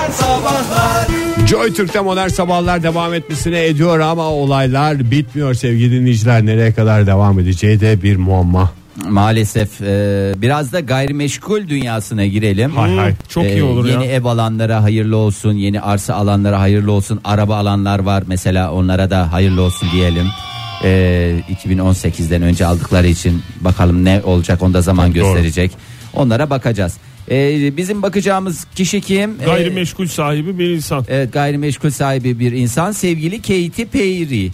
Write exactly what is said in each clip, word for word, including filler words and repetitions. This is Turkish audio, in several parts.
Sabahlar. Joy Türk'te modern sabahlar devam etmesine ediyor ama olaylar bitmiyor sevgili dinleyiciler. Nereye kadar devam edeceği de bir muamma. Maalesef e, biraz da gayrimeşgul dünyasına girelim. Hay hay, çok iyi olur yeni ya. ev alanlara hayırlı olsun, yeni arsa alanlara hayırlı olsun, araba alanlar var mesela, onlara da hayırlı olsun diyelim. E, iki bin on sekizden önce aldıkları için bakalım ne olacak, onda zaman Çok gösterecek. Doğru. Onlara bakacağız. E, bizim bakacağımız kişi kim? Gayrimeşgul e, sahibi bir insan. Evet, gayrimeşgul sahibi bir insan, sevgili Katy Perry.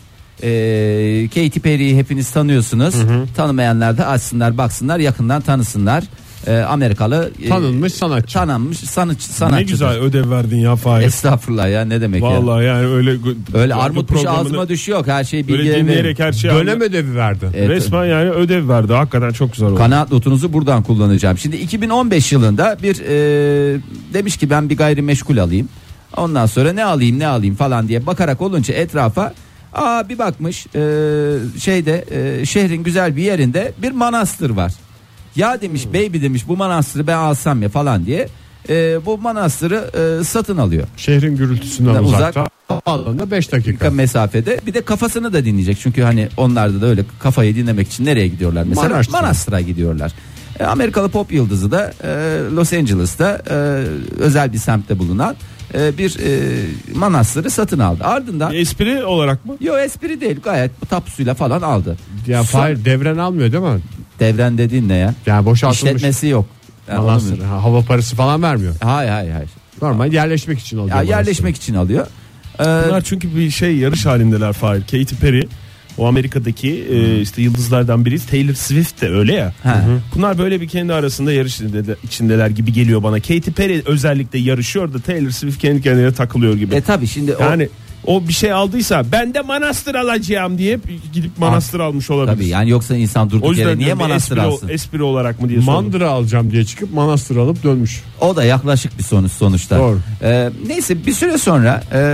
Ee, Katy Perry'yi hepiniz tanıyorsunuz. Hı hı. Tanımayanlar da açsınlar, baksınlar, yakından tanısınlar. Ee, Amerikalı tanınmış sanatçı. Tanınmış sanatçı, sanatçı. Ne güzel ödev verdin ya Fahir. Estağfurullah ya, ne demek vallahi ya. Vallahi yani öyle öyle armut piş ağzıma düşüyor, her şeyi bilgileri dinleyerek her şeyi dönem ödevi verdi. Evet. Resmen yani ödev verdi. Hakikaten çok güzel oldu. Kanaat notunuzu buradan kullanacağım. Şimdi iki bin on beş yılında bir e, demiş ki ben bir gayrimeşgul alayım. Ondan sonra ne alayım ne alayım falan diye bakarak olunca etrafa, aa bir bakmış e, şeyde e, şehrin güzel bir yerinde bir manastır var. Ya demiş hmm. baby demiş, bu manastırı ben alsam ya falan diye e, bu manastırı e, satın alıyor. Şehrin gürültüsünden uzak, uzakta alanda beş dakika mesafede. Bir de kafasını da dinleyecek. Çünkü hani onlarda da öyle kafayı dinlemek için nereye gidiyorlar? Mesela Manastır. Manastıra gidiyorlar. E, Amerikalı pop yıldızı da e, Los Angeles'ta e, özel bir semtte bulunan e, bir e, manastırı satın aldı. Ardından espri olarak mı? Yok, espri değil, gayet tapusuyla falan aldı. Ya Son... hayır, devren almıyor değil mi? Devren dediğin ne ya? Yani boşaltılmış. İşletmesi yok. Yani manastır, ha, hava parası falan vermiyor. Hayır hayır hayır. Normal yerleşmek için alıyor. Ya, yerleşmek için alıyor. Ee, Bunlar çünkü bir şey yarış halindeler Fahir. Katy Perry, o Amerika'daki e, işte yıldızlardan biri. Taylor Swift de öyle ya. Hı hı. Bunlar böyle bir kendi arasında yarış içindeler gibi geliyor bana. Katy Perry özellikle yarışıyor da Taylor Swift kendi kendine takılıyor gibi. E tabi şimdi yani o... O bir şey aldıysa ben de manastır alacağım diye gidip manastır Aa, almış olabilir. Tabii yani, yoksa insan durduk yere niye manastır espri, alsın? Espri olarak mı diye sordum. Mandıra alacağım diye çıkıp manastır alıp dönmüş. O da yaklaşık bir sonuç sonuçta. Doğru. Ee, neyse bir süre sonra e,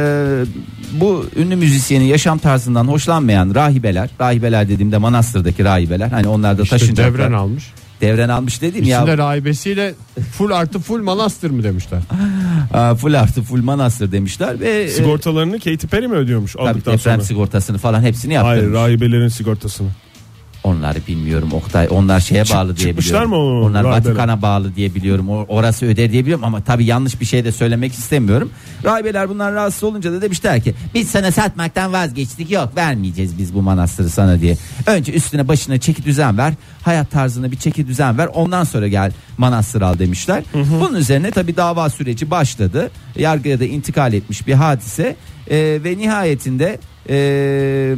bu ünlü müzisyenin yaşam tarzından hoşlanmayan rahibeler, rahibeler dediğimde manastırdaki rahibeler, hani onlar da işte taşınacaklar. Devren almış. Devren almış dedim ya. İçinde rahibesiyle full artı full manastır mı demişler? Aa, full artı full manastır demişler ve sigortalarını e, Katy Perry mi ödüyormuş aldıktan tabii, deprem sonra? sigortasını falan hepsini yaptırmış. Hayır, rahibelerin sigortasını. Onları bilmiyorum Oktay. Onlar şeye Çık, bağlı diye biliyorum. Mı o, Onlar rahibeler? Vatikan'a bağlı diye biliyorum. Orası öder diye biliyorum ama tabii yanlış bir şey de söylemek istemiyorum. Rahibeler bundan rahatsız olunca da demişler ki biz sana satmaktan vazgeçtik. Yok, vermeyeceğiz biz bu manastırı sana diye. Önce üstüne başına çeki düzen ver. Hayat tarzına bir çeki düzen ver. Ondan sonra gel manastır al demişler. Hı hı. Bunun üzerine tabii dava süreci başladı. Yargıya da intikal etmiş bir hadise. Ee, ve nihayetinde Eee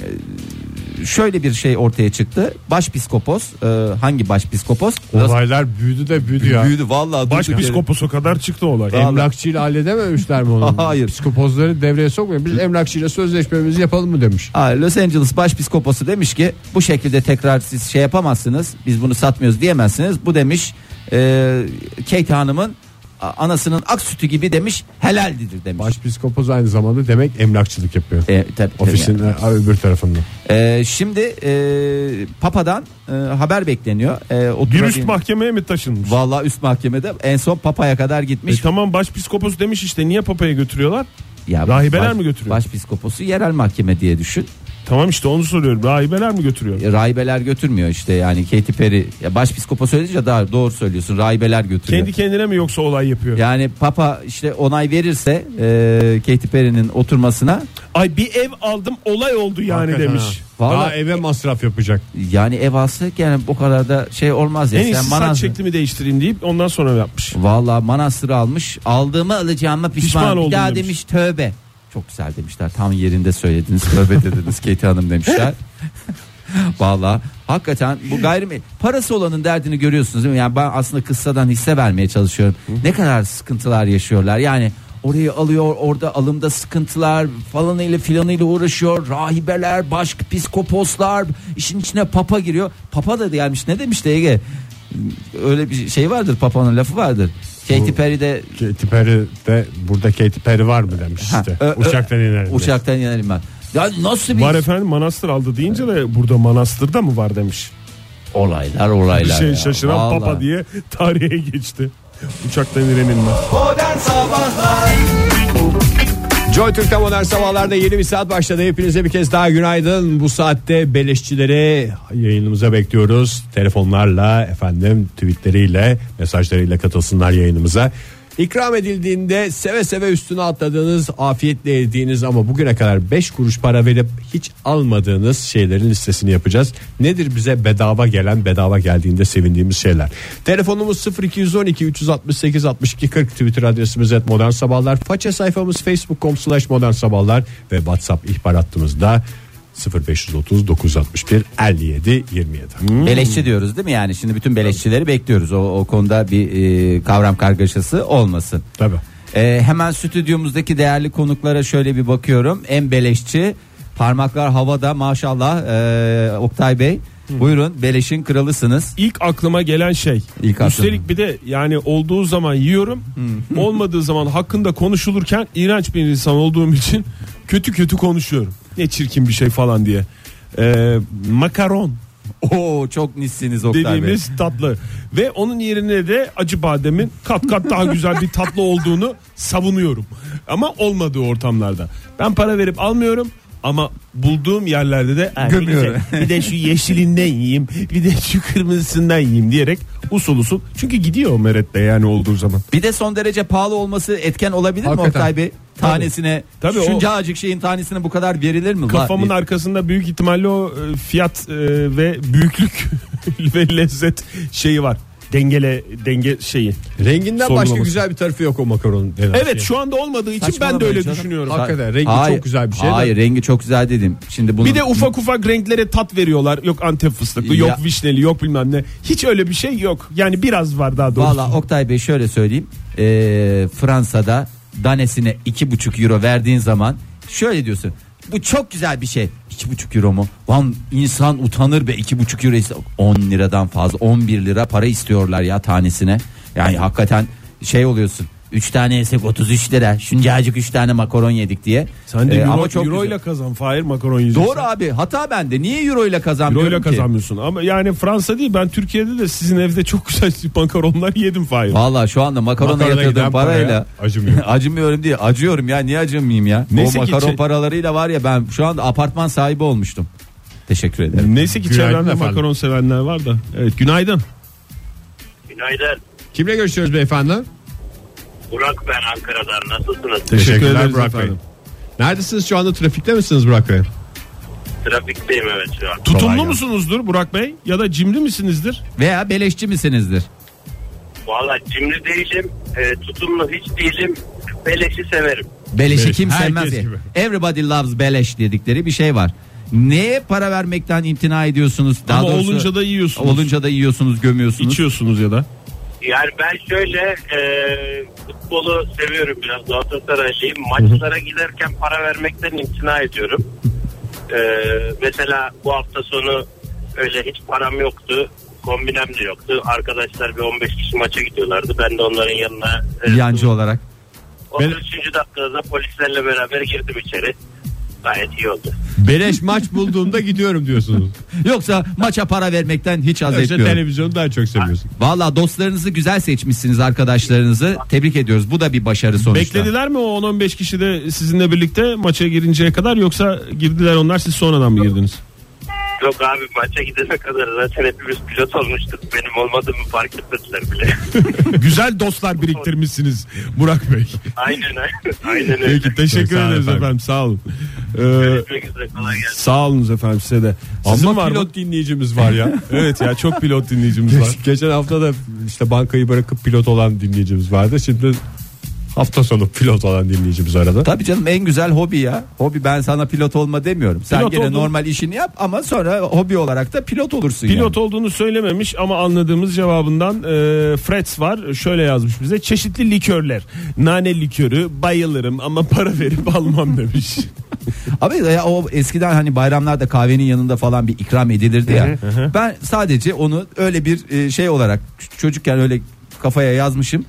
şöyle bir şey ortaya çıktı. Başpiskopos, e, hangi başpiskopos? Olaylar büyüdü de büyüdü ya. Büyüdü vallahi. Başpiskoposa kadar çıktı olay. Emlakçıyla halledememişler mi onu? Hayır. Psikopozları devreye sokmuyor. Biz emlakçıyla sözleşmemizi yapalım mı demiş. Hayır, Los Angeles başpiskoposu demiş ki bu şekilde tekrar siz şey yapamazsınız. Biz bunu satmıyoruz diyemezsiniz. Bu demiş e, Kate Hanım'ın anasının ak sütü gibi demiş, helaldir demiş. Başpiskopos aynı zamanda demek emlakçılık yapıyor. E, tabii, Ofisin yani. öbür tarafında. E, şimdi e, Papa'dan e, haber bekleniyor. E, bir üst mahkemeye mi taşınmış? Vallahi üst mahkemede en son Papa'ya kadar gitmiş. E, tamam, başpiskopos demiş işte, niye Papa'ya götürüyorlar? Ya, rahibeler baş, mi götürüyor? Başpiskoposu yerel mahkeme diye düşün. Tamam işte onu soruyorum. Rahibeler mi götürüyor? E, rahibeler götürmüyor işte, yani Katy Perry ya başpiskopa söyleyince daha doğru söylüyorsun. Rahibeler götürüyor. Kendi kendine mi yoksa olay yapıyor? Yani Papa işte onay verirse e, Katy Perry'nin oturmasına. Ay bir ev aldım olay oldu yani hakikaten demiş. Ha. Daha eve masraf yapacak. Yani ev alsak yani o kadar da şey olmaz ya. En iyisi saç şeklimi değiştireyim deyip ondan sonra yapmış. Vallahi manastırı almış. Aldığımı alacağıma pişman. Pişman bir daha demiş. demiş tövbe. Çok güzel demişler. Tam yerinde söylediniz. Tövbe dediniz Katy Hanım demişler. Vallahi hakikaten bu gayri parası olanın derdini görüyorsunuz değil mi? Yani ben aslında kıssadan hisse vermeye çalışıyorum. Hı. Ne kadar sıkıntılar yaşıyorlar. Yani orayı alıyor, orada alımda sıkıntılar falanıyla filanıyla uğraşıyor. Rahibeler, başpiskoposlar, işin içine papa giriyor. Papa da gelmiş, ne demişti Ege? Öyle bir şey vardır, papanın lafı vardır. Katy Perry'de Katy Perry'de burada Katy Perry var mı demiş ha, işte. Ö, uçaktan inelim. Uçaktan inelim ben. Ya nasıl bir var efendim, manastır aldı deyince de burada manastırda mı var demiş. Olaylar olaylar. Bir şey ya. şaşıran Vallahi. Papa diye tarihe geçti. Uçaktan inenilmez. Modern Sabahlar. Joy Türk'te Modern Sabahlar'da yeni bir saat başladı. Hepinize bir kez daha günaydın. Bu saatte beleşçileri yayınımıza bekliyoruz. Telefonlarla, efendim tweetleriyle, mesajlarıyla katılsınlar yayınımıza. İkram edildiğinde seve seve üstüne atladığınız, afiyetle yediğiniz ama bugüne kadar beş kuruş para verip hiç almadığınız şeylerin listesini yapacağız. Nedir bize bedava gelen, bedava geldiğinde sevindiğimiz şeyler? Telefonumuz sıfır iki on iki üç altı sekiz altmış iki kırk, Twitter adresimiz et Modern Sabahlar, faça sayfamız facebook nokta com slash modern sabahlar ve WhatsApp ihbar hattımızda sıfır beş otuz dokuz altmış bir elli yedi yirmi yedi. Hmm. Beleşçi diyoruz değil mi? Yani şimdi bütün beleşçileri bekliyoruz. O, o konuda bir e, kavram kargaşası olmasın. Tabii. E, hemen stüdyomuzdaki değerli konuklara şöyle bir bakıyorum. En beleşçi, parmaklar havada maşallah, e, Oktay Bey. Hı. Buyurun, beleşin kralısınız. İlk aklıma gelen şey. İlk Üstelik aklıma. bir de yani olduğu zaman yiyorum. Hı. Olmadığı zaman hakkında konuşulurken iğrenç bir insan olduğum için kötü kötü konuşuyorum. Ne çirkin bir şey falan diye. Ee, makaron. Oo, çok nissiniz Oktay dediğimiz Bey. tatlı. Ve onun yerine de acı bademin kat kat daha güzel bir tatlı olduğunu savunuyorum. Ama olmadığı ortamlarda. Ben para verip almıyorum. Ama bulduğum yerlerde de gömüyorum. Bir de şu yeşilinden yiyeyim, bir de şu kırmızısından yiyeyim diyerek usul usul. Çünkü gidiyor o merette yani olduğu zaman. Bir de son derece pahalı olması etken olabilir Hakikaten. mi Oktay Bey? Tanesine, Tabii, şuncacık şeyin tanesine bu kadar verilir mi? Kafamın La, arkasında büyük ihtimalle o fiyat ve büyüklük ve lezzet şeyi var. Dengele denge şeyi. Renginden başka güzel bir tarafı yok o makaronun. Evet şey. Şu anda olmadığı için ben de öyle canım. düşünüyorum. Hakikaten rengi hayır, çok güzel bir şey. Hayır, de. rengi çok güzel dedim. Şimdi bunu Bir de ufak ufak renklere tat veriyorlar. Yok Antep fıstıklı, Ya. yok vişneli, yok bilmem ne. Hiç öyle bir şey yok. Yani biraz var daha doğrusu. Valla Oktay Bey şöyle söyleyeyim. Ee, Fransa'da danesine iki buçuk euro verdiğin zaman şöyle diyorsun. Bu çok güzel bir şey. iki buçuk euro mu? Lan insan utanır be, iki buçuk euro ise on liradan fazla, on bir lira para istiyorlar ya tanesine. Yani hakikaten şey oluyorsun. üç tane yesek otuz üç lira. Şuncacık üç tane makaron yedik diye. Sen de Ee, euro, ama çok euro ile güzel. kazan Fahir makaron yiyeceksin. Doğru abi, hata bende. Niye euro ile kazanmıyorum Euro ile ki? kazanmıyorsun. Ama yani Fransa değil, ben Türkiye'de de sizin evde çok güzel makaronlar yedim Fahir. Valla şu anda makarona Makarona yatırdığım giden parayla paraya acımıyorum. acımıyorum diye acıyorum ya, niye acımayayım ya? Neyse o ki makaron şey- paralarıyla var ya, ben şu anda apartman sahibi olmuştum. Teşekkür ederim. Neyse ki Günaydın çevremde efendim. makaron sevenler var da. Evet, günaydın. Günaydın. Kimle görüşüyoruz beyefendi? Burak ben Ankara'dan. Nasılsınız? Teşekkür ederiz Burak Bey. efendim. Neredesiniz şu anda, trafikte misiniz Burak Bey? Trafikteyim evet şu an. Kolay Tutumlu gelsin. musunuzdur Burak Bey ya da cimri misinizdir? Veya beleşçi misinizdir? Valla cimri değilim. E, tutumlu hiç değilim. Beleşi severim. Beleşi Beleş, kim herkes sevmez ya. gibi. Everybody loves beleş dedikleri bir şey var. Neye para vermekten imtina ediyorsunuz? Daha Ama doğrusu, olunca da yiyorsunuz. olunca da yiyorsunuz, gömüyorsunuz. İçiyorsunuz ya da. Yani ben şöyle e, futbolu seviyorum biraz. Galatasaraylıyım. Maçlara giderken para vermekten imtina ediyorum. E, mesela bu hafta sonu öyle hiç param yoktu. Kombinem de yoktu. Arkadaşlar bir on beş kişi maça gidiyorlardı. Ben de onların yanına e, Yancı olarak. otuz üçüncü dakikada da polislerle beraber girdim içeri. Gayet iyi oldu. Beleş maç bulduğumda gidiyorum diyorsunuz. Yoksa maça para vermekten hiç haz Yoksa etmiyorum. televizyonu daha çok seviyorsun. Valla dostlarınızı güzel seçmişsiniz, arkadaşlarınızı. Tebrik ediyoruz. Bu da bir başarı sonuçta. Beklediler mi o on on beş kişi de sizinle birlikte maça girinceye kadar, yoksa girdiler onlar, siz sonradan mı girdiniz? Yok abi, maça gidene kadar zaten hepimiz pilot olmuştuk. Benim olmadığımı fark etmediler bile. Güzel dostlar biriktirmişsiniz Burak Bey. Aynen aynen. Aynen öyle. Peki, teşekkür Çok sağ olun ederiz efendim. efendim. Sağ olun. Ee, Görüşmek üzere, kolay gelsin. sağ olunuz efendim size de. Sizin Ama var mı? pilot dinleyicimiz var ya. Evet ya, çok pilot dinleyicimiz var. Geçen hafta da işte bankayı bırakıp pilot olan dinleyicimiz vardı. Şimdi hafta sonu pilot olan dinleyicimiz arada. Tabii canım, en güzel hobi ya. Hobi, ben sana pilot olma demiyorum. Sen Pilot gene oldun. normal işini yap ama sonra hobi olarak da pilot olursun. Pilot yani. olduğunu söylememiş ama anladığımız cevabından e, Freds var. Şöyle yazmış bize: çeşitli likörler. Nane likörü bayılırım ama para verip almam demiş. Abi ya, o eskiden hani bayramlarda kahvenin yanında falan bir ikram edilirdi ya. Ben sadece onu öyle bir e, şey olarak çocukken öyle kafaya yazmışım.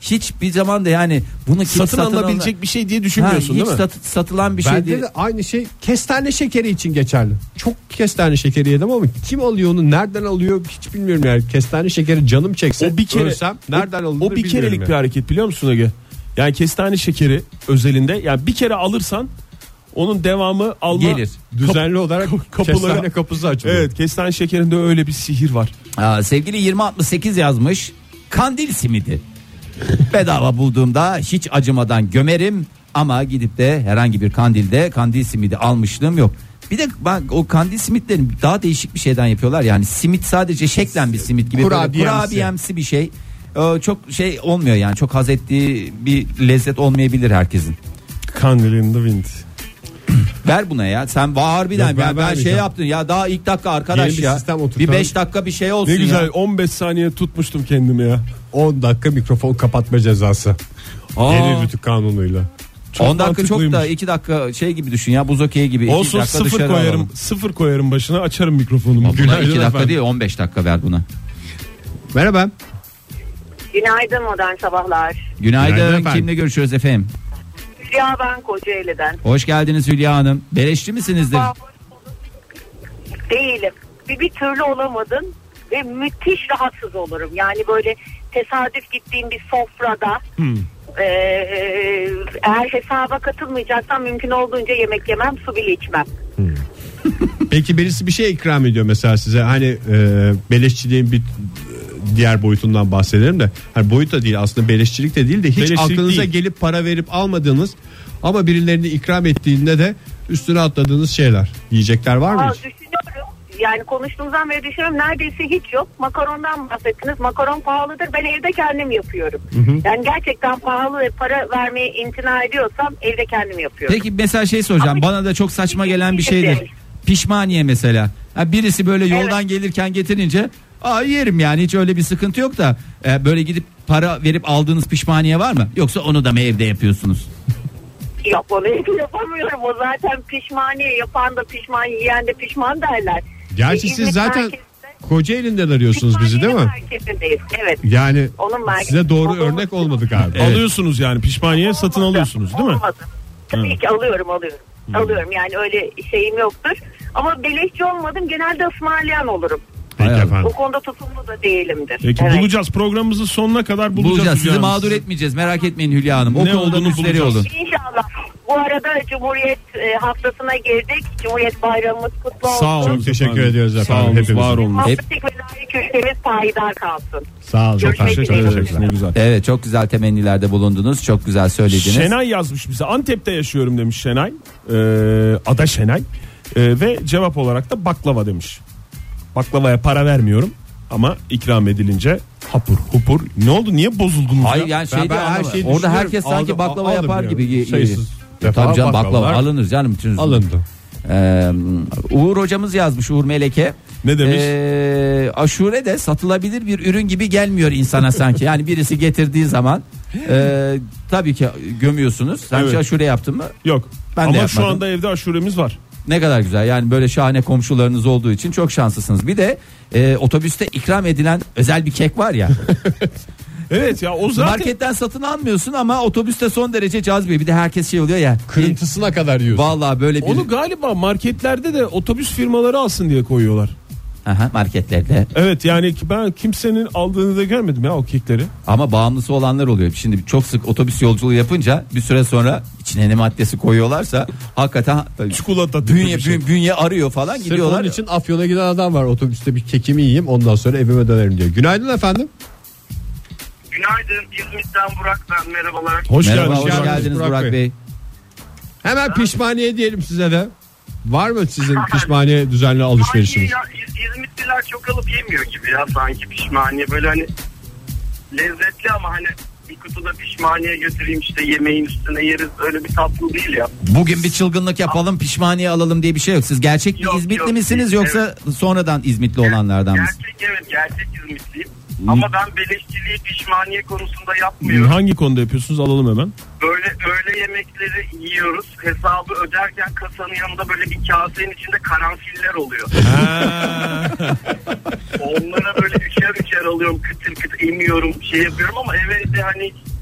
hiçbir zaman da yani bunu kim satın, satın alınabilecek alına... bir şey diye düşünmüyorsun ha, değil hiç mi? Sat, satılan bir şey Bende değil. de aynı şey kestane şekeri için geçerli. Çok kestane şekeri yedim ama kim alıyor onu, nereden alıyor hiç bilmiyorum yani. Kestane şekeri canım çekse O bir kere ölsem nereden alınır o bir kerelik yani. bir hareket biliyor musun Ege? Yani kestane şekeri özelinde yani bir kere alırsan onun devamı alma Gelir. Düzenli olarak kestane kapısı açılıyor. Evet, kestane şekerinde öyle bir sihir var. Aa, sevgili yirmi altmış sekiz yazmış. Kandil simidi. Bedava bulduğumda hiç acımadan gömerim ama gidip de herhangi bir kandilde kandil simidi almışlığım yok. Bir de bak o kandil simitlerini daha değişik bir şeyden yapıyorlar. Yani simit sadece şeklen bir simit gibi Kurabiyemsi. böyle kurabiyemsi bir şey. Ee, çok şey olmuyor yani, çok haz ettiği bir lezzet olmayabilir herkesin. Candle in the wind. Ver buna ya. Sen var harbiden Yok, ben ben, ben şey vermeyeceğim. yaptın ya, daha ilk dakika arkadaş Yeni bir ya. sistem oturtalım. Bir beş dakika bir şey olsun Ne güzel ya. on beş saniye tutmuştum kendimi ya. on dakika mikrofon kapatma cezası. Aa. Yeni rütük kanunuyla. Çok on dakika çok da mantıklıymış. iki dakika şey gibi düşün ya, buz okeyi gibi. iki Olsun, dakika sıfır dışarı koyarım. alalım. Sıfır koyarım başına, açarım mikrofonumu. Buna Günaydın iki dakika efendim. değil on beş dakika ver buna. Merhaba. Günaydın modern sabahlar. Günaydın, Günaydın efendim. kimle görüşüyoruz efendim? Hülya ben Kocaeli'den. Hoş geldiniz Hülya Hanım. Beleşçi misinizdir? Değilim. Bir, bir türlü olamadım ve müthiş rahatsız olurum. Yani böyle tesadüf gittiğim bir sofrada Hmm. e, eğer hesaba katılmayacaksam mümkün olduğunca yemek yemem, su bile içmem. Peki birisi bir şey ikram ediyor mesela size, hani e, beleşçiliğin bir e, diğer boyutundan bahsedelim de, hani boyut da değil aslında, beleşçilik de değil de hiç Beleşçilik aklınıza değil. gelip para verip almadığınız ama birilerini ikram ettiğinde de üstüne atladığınız şeyler, yiyecekler var mı Aa, hiç? düşünüyorum. Yani konuştuğumuzdan beri düşünüyorum, neredeyse hiç yok. Makarondan bahsettiniz. Makaron pahalıdır. Ben evde kendim yapıyorum. Yani gerçekten pahalı ve para vermeye imtina ediyorsam evde kendim yapıyorum. Peki mesela şey soracağım, Ama- bana da çok saçma gelen bir Şey- şeydir. Pişmaniye mesela. Ha, birisi böyle yoldan Evet. gelirken getirince aa yerim yani, hiç öyle bir sıkıntı yok da e, böyle gidip para verip aldığınız pişmaniye var mı? Yoksa onu da mı evde yapıyorsunuz? Yok, onu evde yapamıyorum. O zaten pişmaniye yapan da pişman, yiyen de pişman derler. Gerçi E, siz İzmit zaten merkezinde Kocaeli'nden arıyorsunuz bizi değil mi? pişmaniye merkezindeyiz. Evet. Yani Onun merkezi- size doğru Onun- örnek olmadık abi. Alıyorsunuz yani pişmaniye satın Olmadı, alıyorsunuz değil mi? olmadı. Tabii ki alıyorum alıyorum. Alıyorum yani, öyle şeyim yoktur. Ama beleşçi olmadım, genelde ısmarlayan olurum. Peki Hay Allah. efendim. O konuda tutumlu da değilimdir. Peki Evet. bulacağız, programımızın sonuna kadar bulacağız. Bulacağız. Sizi Hülya Hanım. mağdur etmeyeceğiz. Merak etmeyin Hülya Hanım. O Ne konuda olduğunu müşteri bulacağız. olun. İnşallah. Bu arada Cumhuriyet e, haftasına girdik. Cumhuriyet bayramımız kutlu olsun. Sağ olun. Çok teşekkür efendim. ediyoruz Sağ efendim, olun, hepimiz. var olun. Hep- Haftalık ve layık köşemiz payidar kalsın. Sağ olun. Görüşmek efendim. üzere. Çok teşekkürler. Ne güzel. Evet, çok güzel temennilerde bulundunuz. Çok güzel söylediniz. Şenay yazmış bize. Antep'te yaşıyorum demiş Şenay. Ee, Ada Şenay. Ee, ve cevap olarak da baklava demiş. Baklavaya para vermiyorum ama ikram edilince hapur hupur. Ne oldu? Niye bozuldunuz Hayır ya? yani şey Ben- ben değil, her ama şeyi orada düşünüyorum. herkes sanki Aldım- baklava aldım yapar yani. gibi. Sayısız E, defa Tabii canım, baklava baklavalar alınır canım. Bütün- alındı. Ee, Uğur hocamız yazmış, Uğur Meleke. Ne demiş? Ee, aşure de satılabilir bir ürün gibi gelmiyor insana sanki. Yani birisi getirdiği zaman e, tabii ki gömüyorsunuz. Sen Evet. hiç aşure yaptın mı? Yok. Ben de ama şu yapmadım. anda evde aşuremiz var. Ne kadar güzel, yani böyle şahane komşularınız olduğu için çok şanslısınız. Bir de e, otobüste ikram edilen özel bir kek var ya. Evet ya, o zaten Marketten satın almıyorsun ama otobüste son derece cazibe. Bir de herkes şey oluyor ya. Kırıntısına kadar yiyorsun. Vallahi böyle bir onu galiba marketlerde de otobüs firmaları alsın diye koyuyorlar. Aha, marketlerde. Evet yani ki ben kimsenin aldığını da görmedim ya o kekleri. Ama bağımlısı olanlar oluyor. Şimdi çok sık otobüs yolculuğu yapınca bir süre sonra içine ne maddesi koyuyorlarsa hakikaten Çikolata tipi bünye, bir şey. bün- bünye arıyor falan, Sırf gidiyorlar. onun için Afyon'a giden adam var. Otobüste bir kekimi yiyeyim, ondan sonra evime dönerim diyor. Günaydın efendim. Günaydın, İzmit'ten Burak ben, merhabalar. Hoş Merhaba, geldiniz. hoş geldiniz geldiniz Burak Burak Bey. Bey. Hemen pişmaniye diyelim size de. Var mı sizin pişmaniye düzenli alışverişiniz? Ya, İz- İzmitliler çok alıp yemiyor gibi ya sanki pişmaniye, böyle hani lezzetli ama hani bir kutuda pişmaniye götüreyim işte yemeğin üstüne yeriz, öyle bir tatlı değil ya. Bugün bir çılgınlık yapalım, pişmaniye alalım diye bir şey yok. Siz gerçek bir Yok, İzmitli yok, misiniz yok, yoksa sonradan İzmitli olanlardan mısınız? Gerçek, evet, gerçek İzmitliyim. Ama ben beleşçiliği pişmaniye konusunda yapmıyorum. Hangi konuda yapıyorsunuz, alalım hemen. Böyle öğle yemekleri yiyoruz. Hesabı öderken kasanın yanında böyle bir kasenin içinde karanfiller oluyor. Onlara böyle üçer üçer alıyorum, kıtır kıtır emiyorum, şey yapıyorum ama eve de hani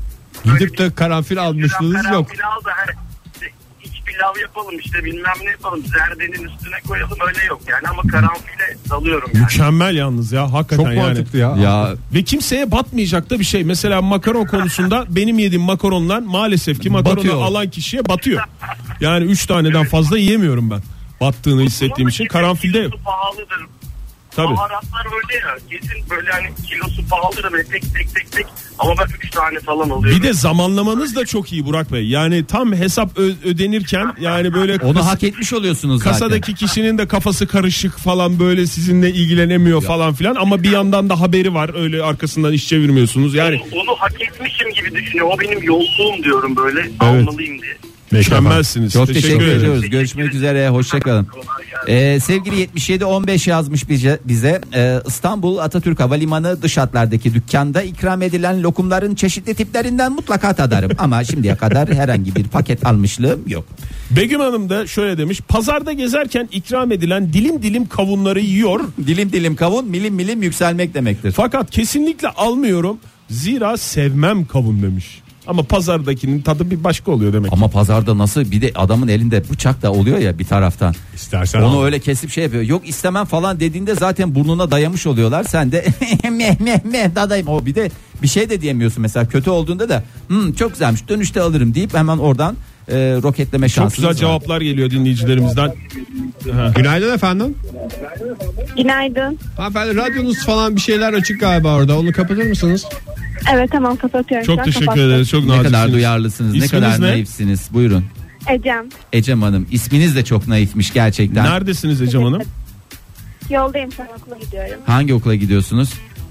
Gidip de karanfil almışlığınız yok. Karanfil al da hani iç pilav yapalım işte bilmem ne yapalım. Zerdenin üstüne koyalım öyle yok yani ama karanfile dalıyorum yani. Mükemmel yalnız ya hakikaten Çok yani. mantıklı ya. Ya Ve kimseye batmayacak da bir şey. Mesela makaron konusunda benim yediğim makaronlar maalesef ki makaronu Batıyor. alan kişiye batıyor. Yani üç taneden fazla yiyemiyorum ben. Battığını hissettiğim için. Karanfilde yok. Kilosu pahalıdır. Tabii. Baharatlar öyle ya. Kesin böyle hani kilosu pahalıdır ve tek tek tek tek. Ama ben üç tane falan alıyorum. Bir de zamanlamanız da çok iyi Burak Bey. Yani tam hesap ö- ödenirken yani böyle onu kas- hak etmiş oluyorsunuz zaten. kasadaki kişinin de kafası karışık falan böyle sizinle ilgilenemiyor falan filan ama bir yandan da haberi var. Öyle arkasından iş çevirmiyorsunuz. Yani Onu, onu hak etmişim gibi düşünüyorum. O benim yolculuğum diyorum böyle. Almalıyım diye. mükemmelsiniz. Çok teşekkür, ederim. ediyoruz. Görüşmek üzere. Hoşçakalın. Ee, sevgili yetmiş yedi on beş yazmış bize. bize. Ee, İstanbul Atatürk Havalimanı dış hatlardaki dükkanda ikram edilen lokumların çeşitli tiplerinden mutlaka tadarım. Ama şimdiye kadar herhangi bir paket almışlığım yok. Begüm Hanım da şöyle demiş. Pazarda gezerken ikram edilen dilim dilim kavunları yiyor. Dilim dilim kavun milim milim yükselmek demektir. Fakat kesinlikle almıyorum. Zira sevmem kavun demiş. Ama pazardakinin tadı bir başka oluyor demek. Ama pazarda nasıl bir de adamın elinde bıçak da oluyor ya bir taraftan. İstersen onu al. öyle kesip şey yapıyor. Yok istemem falan dediğinde zaten burnuna dayamış oluyorlar. Sen de meh meh meh dadayım. O bir de bir şey de diyemiyorsun mesela kötü olduğunda da hmm, çok güzelmiş dönüşte alırım deyip hemen oradan e, roketleme Çok şansınız güzel var. cevaplar geliyor dinleyicilerimizden. Günaydın efendim. Günaydın. Hanımefendi radyonuz falan bir şeyler açık galiba orada. Onu kapatır mısınız? Evet tamam kapatıyorum. Çok Şu an teşekkür kapattım. ederiz. Çok Ne naziksiniz. kadar duyarlısınız, İsminiz ne kadar ne? naifsiniz. Buyurun. Ecem. Ecem Hanım isminiz de çok naifmiş gerçekten. Neredesiniz Ecem Hanım? Yoldayım şu an okula gidiyorum. Hangi okula gidiyorsunuz?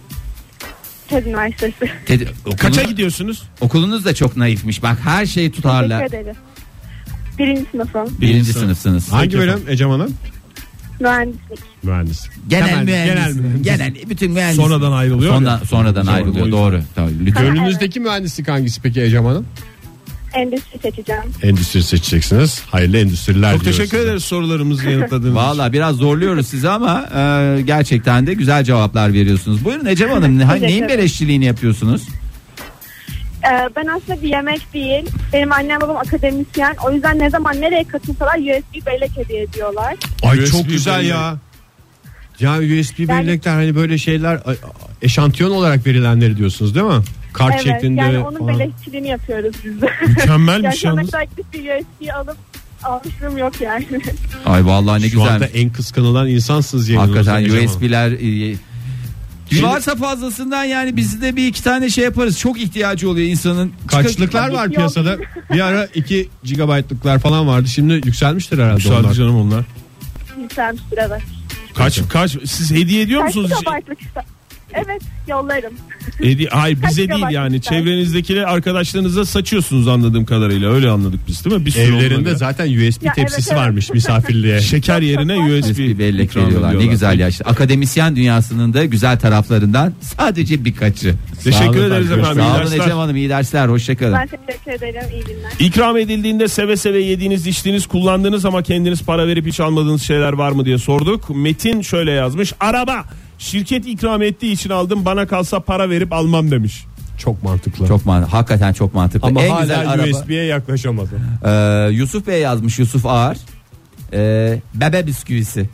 TED Üniversitesi. Te- okulunuz, Kaça gidiyorsunuz? okulunuz da çok naifmiş. Bak her şeyi tutarlar. Teşekkür ederim. Birinci sınıfım. Birinci Birinci sınıfsınız. Hangi bölüm Ecem Hanım? Mühendislik. Mühendis. Genel Temel- mühendis. genel mühendis. Genel bütün mühendis. Sonradan ayrılıyor Sonradan, ya. sonradan Sonra o ayrılıyor. yüzden. Doğru. Tabii, lütfen. Gönlünüzdeki mühendislik hangisi peki Ecem Hanım? Endüstri seçeceğim. Endüstri seçeceksiniz. Hayırlı endüstriler Çok diliyoruz teşekkür size. ederiz sorularımızı yanıtladığınız için. Valla biraz zorluyoruz sizi ama e, gerçekten de güzel cevaplar veriyorsunuz. Buyurun Ecem Hanım ne- Teşekkür neyin ederim. beleşçiliğini yapıyorsunuz? Ee, ben aslında bir yemek değil. Benim annem babam akademisyen. O yüzden ne zaman nereye katılsalar U S B bellek hediye ediyorlar. Ay U S B çok güzel bellek. ya. Ya U S B Yani- bellekler hani böyle şeyler a- a- eşantiyon olarak verilenleri diyorsunuz değil mi? Kart Evet şeklinde yani onun falan. bellekçiliğini yapıyoruz biz de. Mükemmelmiş yani şu ana yalnız. kadar gidip bir U S B alıp almışlığım yok yani. Ay vallahi ne Şu anda güzel. en kıskanılan insansınız yayınımızda. Hakikaten Ecem U S Hanım. B'ler e, varsa fazlasından yani biz de bir iki tane şey yaparız. Çok ihtiyacı oluyor insanın. Kaçlıklar var Yok. piyasada. Bir ara iki gigabaytlıklar falan vardı. Şimdi yükselmiştir herhalde Yükseldi onlar. canım onlar. Yükselmiştir evet. Kaç kaç siz hediye ediyor Kaç musunuz? gigabaytlık işte. Evet yollarım. Hediye, hayır Kaç bize değil gigabayt yani ister? çevrenizdekiler arkadaşlarınıza saçıyorsunuz anladığım kadarıyla öyle anladık biz değil mi? Bir sürü Evlerinde olmadı. zaten U S B Ya tepsisi evet, evet. varmış misafirliğe. Şeker yerine U S U S B B bellek ikram veriyorlar. Ne ediyorlar. güzel ya işte. Akademisyen dünyasının da güzel taraflarından sadece birkaçı. Teşekkür Sağ olun ederiz efendim. efendim. Sağ İyi olun dersler. Ecem Hanım iyi dersler hoşçakalın. Ben teşekkür ederim. İyi günler. İkram edildiğinde seve seve yediğiniz, içtiğiniz, kullandığınız ama kendiniz para verip hiç almadığınız şeyler var mı diye sorduk. Metin şöyle yazmış. Araba. Şirket ikram ettiği için aldım. Bana kalsa para verip almam demiş. Çok mantıklı. Çok man hakikaten çok mantıklı. Ama en hala güzel araba. U S B'ye yaklaşamadı. Ee, Yusuf Bey yazmış Yusuf Ağar. Ee, bebe bisküvisi.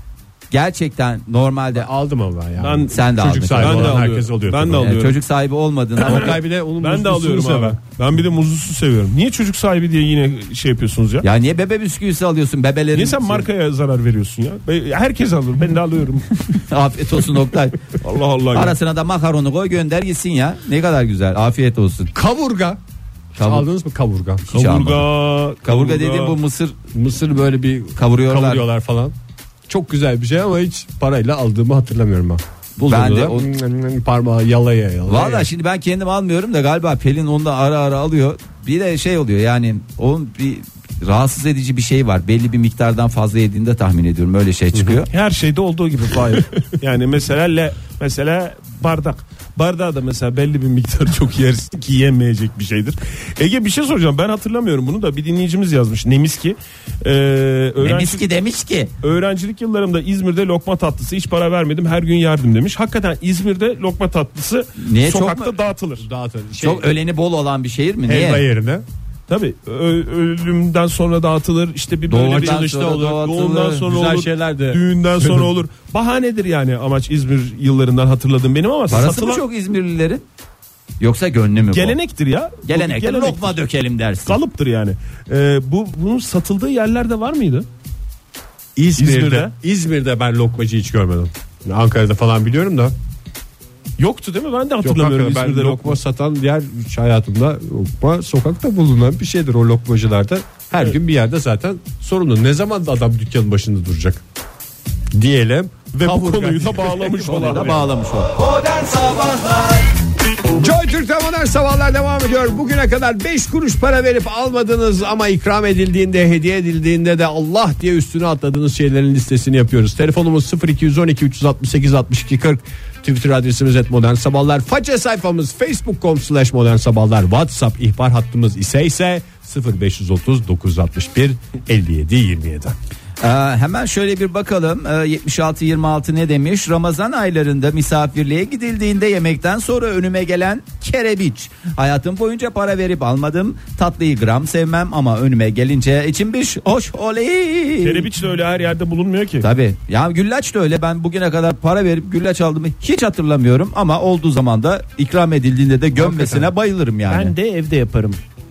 Gerçekten normalde Aldım ama ya. Ben- sen de Çocuk aldın. sahibi Ben de olan alıyorum. herkes alıyor. Ben tabii. de Ee, alıyorum. çocuk sahibi olmadığında Okay bir de onun Ben de muzlusunu alıyorum sever. abi. Ben bir de muzlusu seviyorum. Niye çocuk sahibi diye yine şey yapıyorsunuz ya? ya niye bebe bisküvisi alıyorsun bebelerin? Niye sen markaya zarar veriyorsun ya? Be- Herkes alır. Ben de alıyorum. Afiyet olsun Oktay. Allah Allah. ya. Arasına da makaronu koy gönder gitsin ya. Ne kadar güzel. Afiyet olsun. Kavurga. Kavur- Aldınız mı kavurga? Hiç almadım. Kavurga. Kavurga dediğim bu mısır Mısır böyle bir kavuruyorlar. kavuruyorlar falan. Çok güzel bir şey ama hiç parayla aldığımı hatırlamıyorum ben. Ben de o- o... parmağı yalaya yalaya. Valla şimdi ben kendim almıyorum da galiba Pelin onu da ara ara alıyor. Bir de şey oluyor yani onun bir rahatsız edici bir şey var. Belli bir miktardan fazla yediğinde tahmin ediyorum öyle şey çıkıyor. Her şeyde olduğu gibi Fahir. Yani mesela le, mesela bardak. Bardağı da mesela belli bir miktar çok yersin ki yemeyecek bir şeydir. Ege bir şey soracağım, ben hatırlamıyorum bunu da bir dinleyicimiz yazmış. Nemiski. Ee, öğrenci... Nemiski demiş ki. Öğrencilik yıllarımda İzmir'de lokma tatlısı hiç para vermedim, her gün yerdim demiş. Hakikaten İzmir'de lokma tatlısı Niye, sokakta dağıtılır. Dağıtılır. Şey, çok öleni bol olan bir şehir mi? Niye? Helva yerine. Tabii ölümden sonra dağıtılır, işte bir böyle bir çalışta olur, doğumdan sonra güzel olur, şeyler de. Düğünden sonra olur. Bahanedir yani, amaç İzmir yıllarından hatırladım benim ama parası satılan... mı çok İzmirlilerin? Yoksa gönlü mü bu? Gelenektir ya. Gelenektir, gelenektir. Lokma dökelim dersin. Kalıptır yani. Ee, bu bunun satıldığı yerlerde var mıydı? İzmir'de. İzmir'de, İzmir'de ben lokmacı hiç görmedim. Ankara'da falan biliyorum da. Yoktu değil mi? Ben de hatırlamıyorum. Yok, İzmir'de lokma, lokma satan yer hiç hayatımda, lokma sokakta bulunan bir şeydir o lokmacılarda. Her evet. gün bir yerde zaten sorunlu. Ne zaman da adam dükkanın başında duracak diyelim ve bu konuyu da bağlamış olalım. da bağlamış olalım. Modern Sabahlar. Joy Türk'te Modern Sabahlar devam ediyor. Bugüne kadar beş kuruş para verip almadınız ama ikram edildiğinde, hediye edildiğinde de Allah diye üstüne atladığınız şeylerin listesini yapıyoruz. Telefonumuz sıfır iki on iki üç altı sekiz altmış iki kırk. Twitter adresimiz et Modern Sabahlar. Faça sayfamız facebook nokta com slash modern sabahlar. WhatsApp ihbar hattımız ise ise sıfır beş otuz dokuz altmış bir elli yedi yirmi yedi. Ee, hemen şöyle bir bakalım. ee, yetmiş altı yirmi altı ne demiş? Ramazan aylarında misafirliğe gidildiğinde yemekten sonra önüme gelen kerebiç. Hayatım boyunca para verip almadım. Tatlıyı gram sevmem ama önüme gelince içim bir hoş oley. Kerebiç de öyle her yerde bulunmuyor ki. Tabii. Ya güllaç da öyle. Ben bugüne kadar para verip güllaç aldığımı hiç hatırlamıyorum ama olduğu zaman da ikram edildiğinde de gömmesine hakikaten bayılırım yani. Ben de evde yaparım.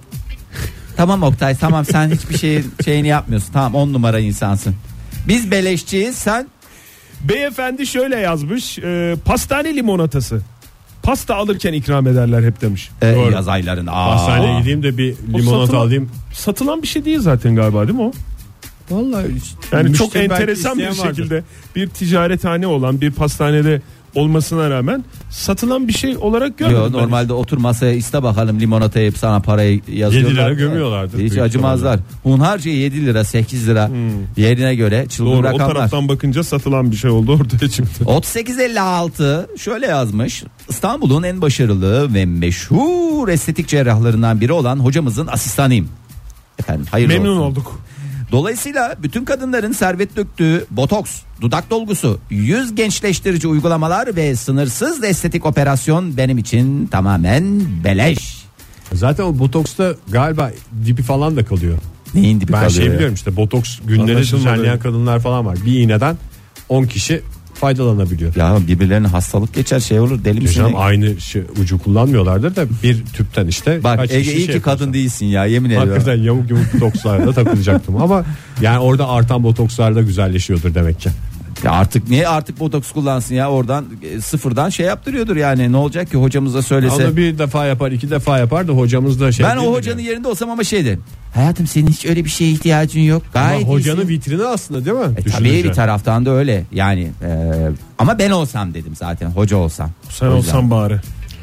Tamam Oktay, tamam, sen hiçbir şeyin şeyini yapmıyorsun. Tamam, on numara insansın. Biz beleşçiyiz, sen. Beyefendi şöyle yazmış. E, pastane limonatası. Pasta alırken ikram ederler hep demiş. Ee, yaz aylarında. Pastaneye gideyim de bir limonata satılan, alayım. Satılan bir şey değil zaten galiba, değil mi o? Vallahi yani çok enteresan bir şekilde vardır. Bir ticarethane olan bir pastanede olmasına rağmen satılan bir şey olarak görmedim. Yo, normalde hiç. Otur masaya iste bakalım limonatayı, sana parayı yazıyorlar. yedi lira gömüyorlardı. Hiç acımazlar. Hunharca yedi lira sekiz lira hmm. yerine göre çılgın doğru, rakamlar. O taraftan bakınca satılan bir şey oldu ortaya çıktı. otuz sekiz elli altı şöyle yazmış. İstanbul'un en başarılı ve meşhur estetik cerrahlarından biri olan hocamızın asistanıyım. Efendim hayırlı memnun olsun. olduk. Dolayısıyla bütün kadınların servet döktüğü botoks, dudak dolgusu, yüz gençleştirici uygulamalar ve sınırsız estetik operasyon benim için tamamen beleş. Zaten o botoksta galiba dibi falan da kalıyor. Neyin dibi ben kalıyor? Ben şey ya? biliyorum işte, botoks günleri düzenleyen kadınlar falan var. Bir iğneden on kişi faydalanabiliyor. Ya birbirlerine hastalık geçer, şey olur, deli misin? Hocam aynı şey, ucu kullanmıyorlardır da bir tüpten işte. Bak Ege iyi ki kadın değilsin ya, yemin ediyorum. Hakikaten yamuk yamuk botokslarla takılacaktım ama yani orada artan botokslar da güzelleşiyordur demek ki. Ya artık niye artık botoks kullansın ya, oradan e, sıfırdan şey yaptırıyordur yani, ne olacak ki hocamıza söylese. Onu bir defa yapar, iki defa yapar da hocamız da şey. Ben o hocanın yani. Yerinde olsam ama şeydi. Hayatım senin hiç öyle bir şeye ihtiyacın yok. Gayet ama hocanın iyisin. vitrini aslında değil mi? E, tabii bir taraftan da öyle yani e, ama ben olsam dedim zaten, hoca olsam. Sen olsan bari.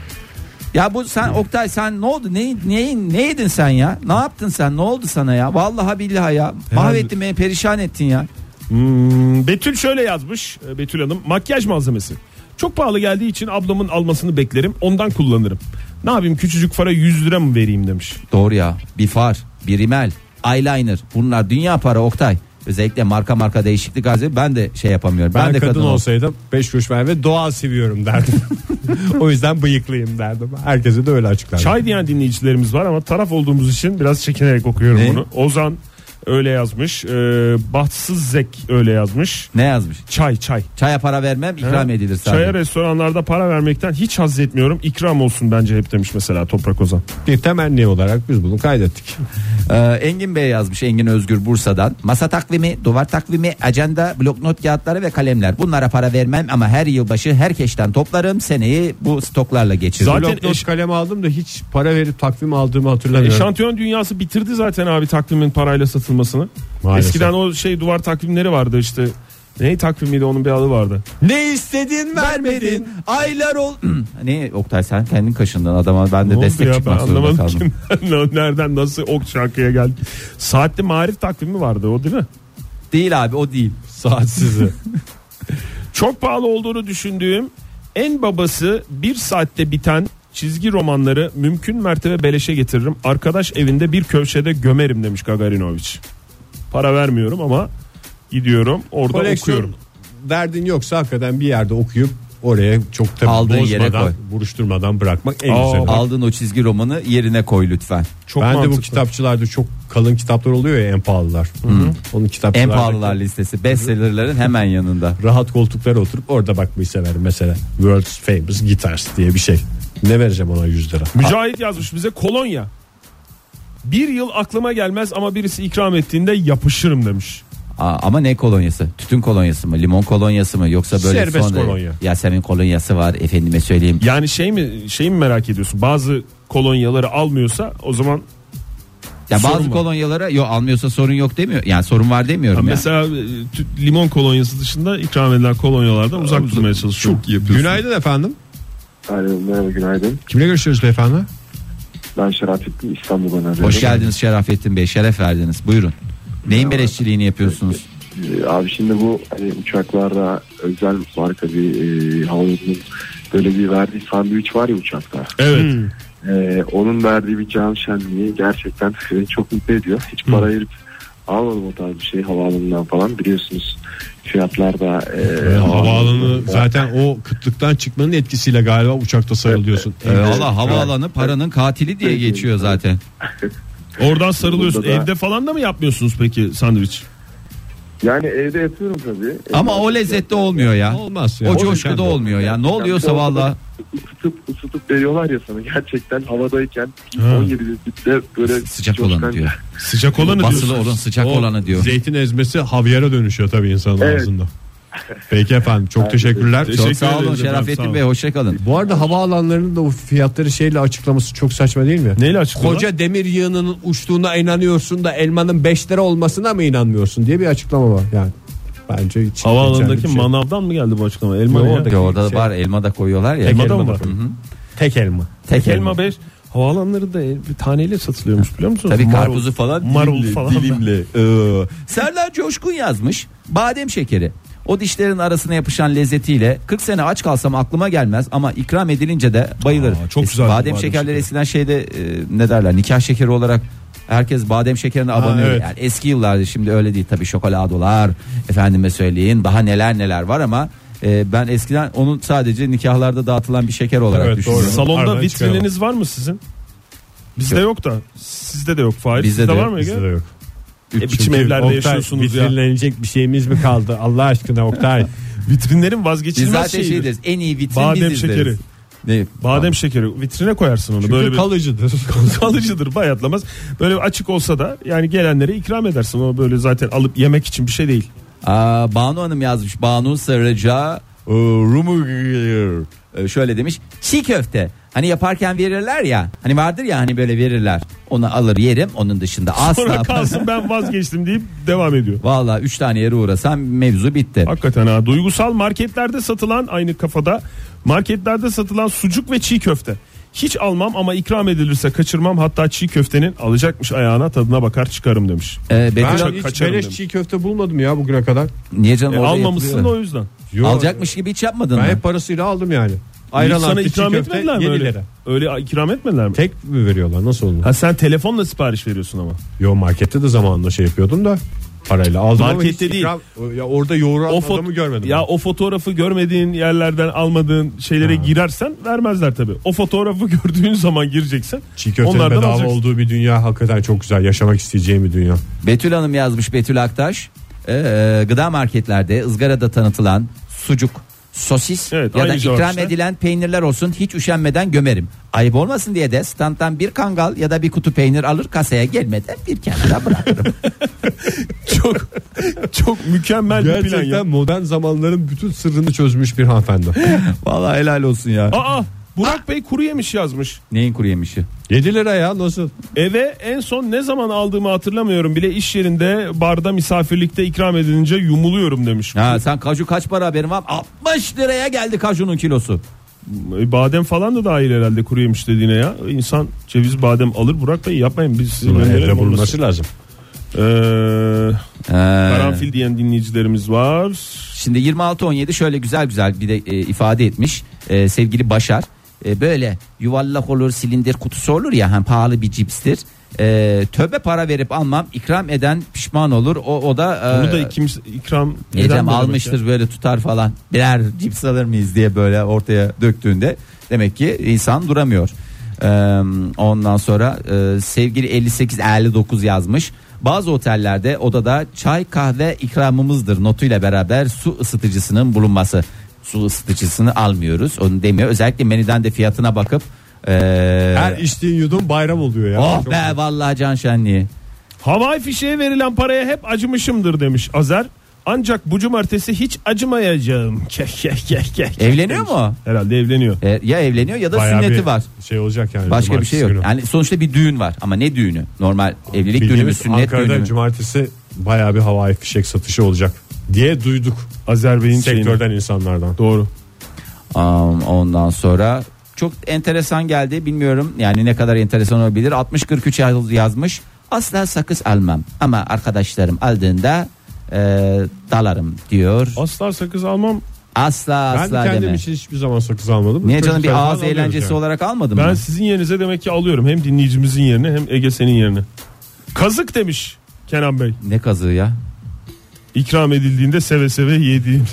Ya bu sen Oktay, sen ne oldu? Ne neyin ne yedin sen ya? Ne yaptın sen? Ne oldu sana ya? Vallahi billahi ya. Mahvettin beni, perişan ettin ya. Hmm, Betül şöyle yazmış. Betül Hanım, makyaj malzemesi. Çok pahalı geldiği için ablamın almasını beklerim. Ondan kullanırım. Ne yapayım, küçücük fara yüz lira mı vereyim demiş. Doğru ya. Bir far, bir rimel, eyeliner. Bunlar dünya para Oktay. Özellikle marka marka değişiklik hazır. Ben de şey yapamıyorum. Ben, ben de kadın, kadın olsaydım beş kuruş ver ve doğal seviyorum derdim. O yüzden bıyıklıyım derdim. Herkese de öyle açıklardım. Çay diyen dinleyicilerimiz var ama taraf olduğumuz için biraz çekinerek okuyorum ne? bunu. Ozan öyle yazmış. Ee, Bahtsız Zek öyle yazmış. Ne yazmış? Çay çay. Çaya para vermem, ikram He? edilir sadece. Çaya restoranlarda para vermekten hiç haz etmiyorum. İkram olsun bence hep demiş mesela Toprak Ozan. Bir temenni olarak biz bunu kaydettik. Ee, Engin Bey yazmış, Engin Özgür Bursa'dan. Masa takvimi, duvar takvimi, ajanda, bloknot kağıtları ve kalemler. Bunlara para vermem ama her yılbaşı herkesten toplarım. Seneyi bu stoklarla geçiririm. Zaten bloknot eş... kalem aldım da hiç para verip takvim aldığımı hatırlamıyorum. Eşantiyon dünyası bitirdi zaten abi takvimin parayla satılmasını. Maalesef. Eskiden o şey duvar takvimleri vardı işte. Ne takvimiydi, onun bir adı vardı. Ne istedin vermedin, aylar ol. Ne Oktay, sen kendin kaşındın adama, ben de ne destek ya, çıkmak ben zorunda kaldım. Nereden nasıl ok şarkıya geldi. Saatli marif takvimi vardı o, değil mi? Değil abi, o değil. Saatsizi. Çok pahalı olduğunu düşündüğüm En babası bir saatte biten çizgi romanları mümkün mertebe beleşe getiririm. Arkadaş evinde bir köşede gömerim demiş Gagarinovic. Para vermiyorum ama gidiyorum orada Koleksiyon okuyorum. derdin yoksa hakikaten bir yerde okuyup oraya çok tabii Aldığın yere bozmadan, koy. buruşturmadan bırakmak en Aa, güzeli. Aldığın o çizgi romanı yerine koy lütfen. Çok ben mantıklı. de bu kitapçılarda çok kalın kitaplar oluyor ya, en pahalılar. Onun En kitapçılarda pahalılar listesi, bestsellerlerin hemen yanında. rahat koltuklara oturup orada bakmayı severim. Mesela World's Famous Guitars diye bir şey. Ne vereceğim ona yüz lira? Mücahit yazmış bize kolonya. Bir yıl aklıma gelmez ama birisi ikram ettiğinde yapışırım demiş. Aa, ama ne kolonyası? Tütün kolonyası mı? Limon kolonyası mı? Yoksa böyle Serbest son kolonya. Yasemin kolonyası var, efendime söyleyeyim. Yani şey mi şey mi merak ediyorsun? Bazı kolonyaları almıyorsa o zaman Ya sorun bazı var. kolonyalara yok almıyorsa sorun yok demiyor. Yani sorun var demiyorum ya. mesela e, tü- limon kolonyası dışında ikram edilen kolonyalardan uzak durmaya çalışıyorum. Çok iyi yapıyorsun. Günaydın efendim. Alo, merhaba, günaydın. Kimle görüşüyoruz beyefendi? Ben Şerafettin, İstanbul'dan arıyorum. Hoş geldiniz Şerafettin Bey, şeref verdiniz. Buyurun. Neyin beleşçiliğini yapıyorsunuz? Ee, Abi şimdi bu hani uçaklarda özel marka bir e, havayolunun böyle bir verdiği sandviç var ya uçakta. Evet. Ee, onun verdiği bir can şenliği gerçekten beni çok mutlu ediyor. Hiç para ayırıp almadım o tarz bir şey havaalanından falan, biliyorsunuz fiyatlar da e, Havaalanı zaten o kıtlıktan çıkmanın etkisiyle galiba uçakta sarılıyorsun. Ee, Valla havaalanı paranın katili diye geçiyor zaten. Oradan sarılıyorsun. Burada da- Evde falan da mı yapmıyorsunuz peki sandviç? Yani evde yapıyorum tabii. Ama o lezzette olmuyor ya. Olmaz ya. O O coşkuda kendi- olmuyor ya. Ne oluyorsa Yani valla. Isıtıp ısıtıp veriyorlar ya sana, gerçekten havadayken Ha. on yedi litre böyle Sıcak coşkan- olanı diyor. Sıcak olanı Basılı diyorsun. olan sıcak O olanı diyor. Zeytin ezmesi havyara dönüşüyor tabii insanın Evet. ağzında. Peki efendim, çok teşekkürler. Teşekkür Çok sağ olun ederiz efendim, sağ Şerafettin olun. Bey, hoşçakalın. Bu arada havaalanlarının da o fiyatları şeyle açıklaması çok saçma değil mi? Neyle açıklıyorlar? Koca demir yığınının uçtuğuna inanıyorsun da elmanın beş lira olmasına mı inanmıyorsun diye bir açıklama var yani. Bence hiç Havaalanındaki bir şey. manavdan mı geldi bu açıklama? Elma Yo, ne ya? oradaki- Ya orada şey- var, elma da koyuyorlar ya. Tek Elma da elma mı da var? Hı hı. Tek elma. Tek Elma beş. Havaalanları da el- bir taneyle satılıyormuş, biliyor musunuz? Tabii Marul- karpuzu falan marul dilimli, falan. dilimli. Ee, Serdar Coşkun yazmış. Badem şekeri. O dişlerin arasına yapışan lezzetiyle kırk sene aç kalsam aklıma gelmez ama ikram edilince de bayılırım. Aa, çok Es- güzel bu Badem badem şekerleri şekeri. eskiden şeyde e, ne derler, nikah şekeri olarak herkes badem şekerine abanıyor. evet. Yani eski yıllarda, şimdi öyle değil tabii, şokoladolar efendime söyleyin daha neler neler var ama e, ben eskiden onun sadece nikahlarda dağıtılan bir şeker olarak Evet, düşünüyorum. doğru. Salonda Aradan vitrininiz var mı sizin? Bizde yok da. Sizde de yok. Fahir, Bizde sizde de var yok, mı Bizde Ege? de yok. E, biçim Çünkü evlerde Oktay, yaşıyorsunuz ya. vitrinlenecek bir şeyimiz mi kaldı Allah aşkına Oktay? Vitrinlerin Biz vazgeçilmez zaten şeyidir. şey deriz, en iyi vitrin Badem biziz şekeri. deriz. Ne? Badem şekeri. Vitrine koyarsın onu. Çünkü böyle bir kalıcıdır. kalıcıdır, bayatlamaz. Böyle bir açık olsa da yani gelenlere ikram edersin. O böyle zaten alıp yemek için bir şey değil. Aa, Banu Hanım yazmış. Banu Sarıca e, Rumu e, şöyle demiş. Çiğ köfte. Hani yaparken verirler ya. Hani vardır ya, hani böyle verirler. Onu alır yerim. Onun dışında Sonra asla. kalsın ben vazgeçtim deyip devam ediyor. Valla üç tane yere uğrasam mevzu bitti. Hakikaten ha. Duygusal marketlerde satılan, aynı kafada, marketlerde satılan sucuk ve çiğ köfte. Hiç almam ama ikram edilirse kaçırmam. Hatta çiğ köftenin alacakmış ayağına, tadına bakar çıkarım demiş. Ee, Betül Ben Hanım- hiç kaçarım beleş demiş. çiğ köfte bulmadım ya bugüne kadar. niye canım E, orada almamışsın da yapılıyor? o yüzden. Yo, Alacakmış gibi hiç yapmadın Ben mı? hep parasıyla aldım yani. Ayran Ayran sana artı çiğ ikram köfte etmediler mi yedi öyle? lira. Öyle ikram etmediler mi? Tek mi veriyorlar, nasıl oluyor? Ha, sen telefonla sipariş veriyorsun ama. Yo, markette de zamanında şey yapıyordum da parayla aldım ama Markette hiç değil. ikram- ya orada yoğuran O adamı fot- görmedim. Ya ben. o fotoğrafı görmediğin yerlerden almadığın şeylere Ha. girersen vermezler tabii. O fotoğrafı gördüğün zaman gireceksin. Çiğ köftenin onlardan bedava alacaksın. olduğu bir dünya hakikaten çok güzel. Yaşamak isteyeceğim bir dünya. Betül Hanım yazmış, Betül Aktaş. Ee, gıda marketlerde ızgarada tanıtılan sucuk, sosis Evet, ya da aynı cevap ikram işte. edilen peynirler olsun, hiç üşenmeden gömerim. Ayıp olmasın diye de standtan bir kangal ya da bir kutu peynir alır, kasaya gelmeden bir kenara bırakırım. Çok çok mükemmel bir plan ya. Gerçekten modern zamanların bütün sırrını çözmüş bir hanımefendi. Vallahi helal olsun ya. Aa, Burak Bey kuru yemiş yazmış. Neyin kuru yemişi? yedi lira ya, nasıl? Eve en son ne zaman aldığımı hatırlamıyorum bile, iş yerinde barda misafirlikte ikram edilince yumuluyorum demiş. Ha, sen kaju kaç para haberin var? altmış liraya geldi kajunun kilosu. E, Badem falan da dahil herhalde kuru yemiş dediğine ya. İnsan ceviz badem alır, Burak Bey yapmayın, biz size Buna gönderelim evde olmasın. bulunması lazım. Ee, Ee, karanfil diyen dinleyicilerimiz var. Şimdi yirmi altı on yedi şöyle güzel güzel bir de e, ifade etmiş e, sevgili Başar. E, böyle yuvarlak olur, silindir kutusu olur ya, hem pahalı bir cipstir. E, tövbe para verip almam, ikram eden pişman olur. O o da e, onu da ikimiz ikram Edem almıştır ya, böyle tutar falan. Birer cips alır mıyız diye böyle ortaya döktüğünde demek ki insan duramıyor. E, ondan sonra e, sevgili elli sekiz elli dokuz yazmış. Bazı otellerde odada çay kahve ikramımızdır notuyla beraber su ısıtıcısının bulunması. Su ısıtıcısını almıyoruz, onu demiyor. Özellikle menüden de fiyatına bakıp ee... her içtiğin yudum bayram oluyor ya. Oh Çok be güzel. Vallahi can şenliği. Havai fişeğe verilen paraya hep acımışımdır demiş Azer. Ancak bu cumartesi hiç acımayacağım. Keh keh keh keh. Evleniyor demiş. mu? Herhalde evleniyor. E, ya evleniyor ya da bayağı sünneti var. Şey olacak yani. Başka bir şey yok. Günü. Yani sonuçta bir düğün var ama ne düğünü? Normal evlilik düğünü mü, Bildiğimiz sünnet Ankara'da düğünü mü? cumartesi bayağı bir havai fişek satışı olacak diye duyduk. Azer Bey'in Sektörden şeyini. insanlardan. Doğru. Um, ondan sonra çok enteresan geldi, bilmiyorum yani ne kadar enteresan olabilir. altmış kırk üç yazmış. Asla sakız almam ama arkadaşlarım aldığında e, dalarım diyor. Asla sakız almam. Asla Ben asla kendim deme. için hiçbir zaman sakız almadım. Niye canım, bir Çocuklardan ağız alıyoruz eğlencesi yani. olarak almadın Ben mı? sizin yerinize demek ki alıyorum. Hem dinleyicimizin yerine hem Ege senin yerine. Kazık demiş Kenan Bey. Ne kazığı ya? İkram edildiğinde seve seve yediğim.